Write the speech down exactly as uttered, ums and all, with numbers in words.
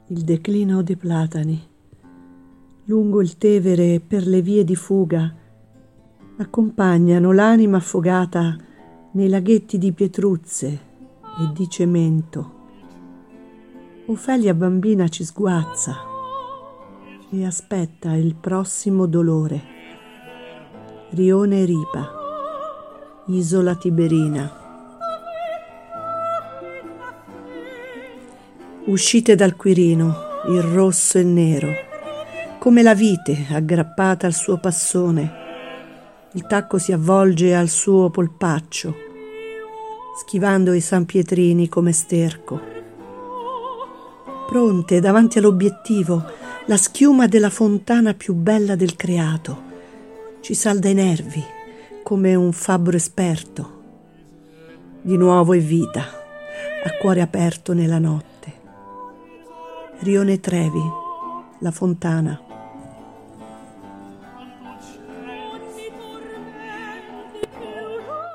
il declino dei platani. Lungo il Tevere, per le vie di fuga, accompagnano l'anima affogata nei laghetti di pietruzze e di cemento. Ofelia bambina ci sguazza e aspetta il prossimo dolore. Rione Ripa, Isola Tiberina. Uscite dal Quirino, il rosso e il nero, come la vite aggrappata al suo passone. Il tacco si avvolge al suo polpaccio, schivando i sanpietrini come sterco. Pronte davanti all'obiettivo, la schiuma della fontana più bella del creato ci salda i nervi come un fabbro esperto. Di nuovo è vita, a cuore aperto nella notte. Rione Trevi, la fontana.